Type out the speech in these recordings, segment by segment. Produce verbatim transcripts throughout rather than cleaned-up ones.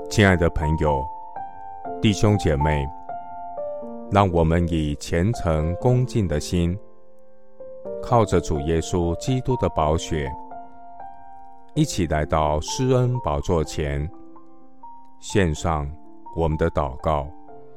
亲爱的朋友、弟兄姐妹，让我们以虔诚恭敬的心，靠着主耶稣基督的宝血，一起来到施恩宝座前，献上我们的祷告。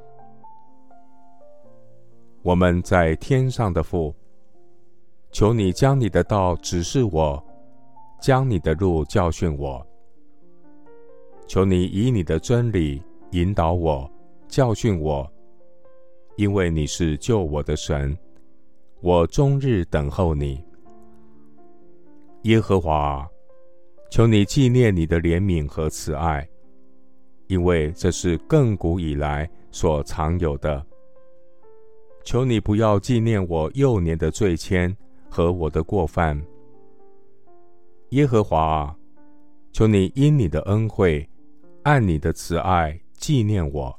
我们在天上的父，求你将你的道指示我，将你的路教训我。求你以你的真理引导我，教训我，因为你是救我的神，我终日等候你。耶和华，求你纪念你的怜悯和慈爱，因为这是亘古以来所常有的。求你不要纪念我幼年的罪愆和我的过犯。耶和华，求你因你的恩惠，按你的慈爱纪念我。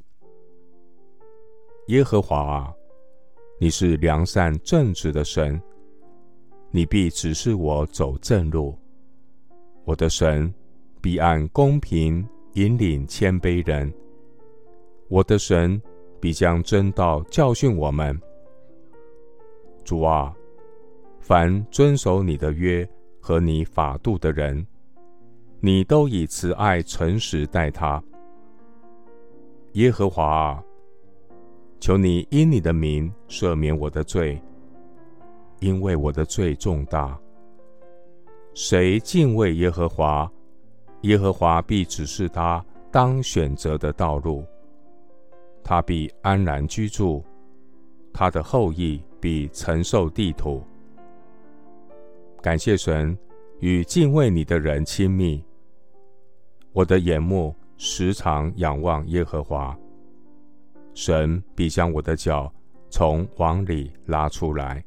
耶和华，你是良善正直的神，你必指示我走正路。我的神必按公平引领谦卑人。我的神必将真道教训我们。主啊，凡遵守你的约和你法度的人，你都以慈爱诚实待他。耶和华啊，求你因你的名赦免我的罪，因为我的罪重大。谁敬畏耶和华，耶和华必指示他当选择的道路，他必安然居住，他的后裔必承受地土。感谢神与敬畏你的人亲密，我的眼目时常仰望耶和华，神必将我的脚从网里拉出来。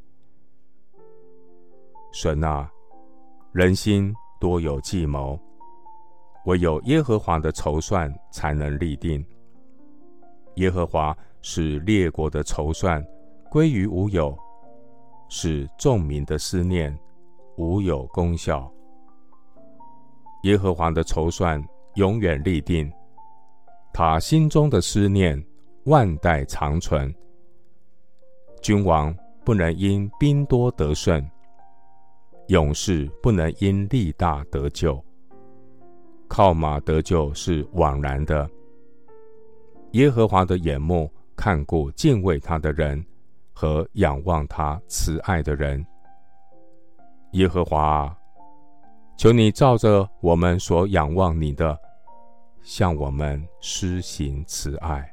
神啊，人心多有计谋，唯有耶和华的筹算才能立定。耶和华使列国的筹算归于无有，使众民的思念无有功效。耶和华的筹算永远立定，他心中的思念万代长存。君王不能因兵多得胜，勇士不能因力大得救。靠马得救是枉然的。耶和华的眼目看顾敬畏他的人和仰望他慈爱的人。耶和华啊，求你照着我们所仰望你的，向我们施行慈爱。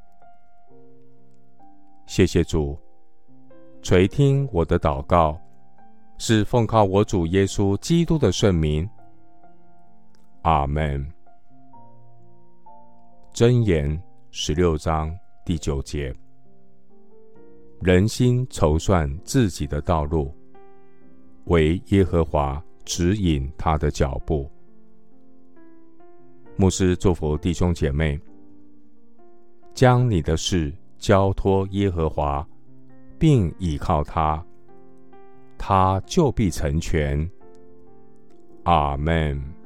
谢谢主，垂听我的祷告，是奉靠我主耶稣基督的圣名。阿们。箴言十六章第九节：人心筹算自己的道路，唯耶和华指引他的脚步。牧师祝福弟兄姐妹，将你的事交托耶和华，并倚靠他，他就必成全。阿们。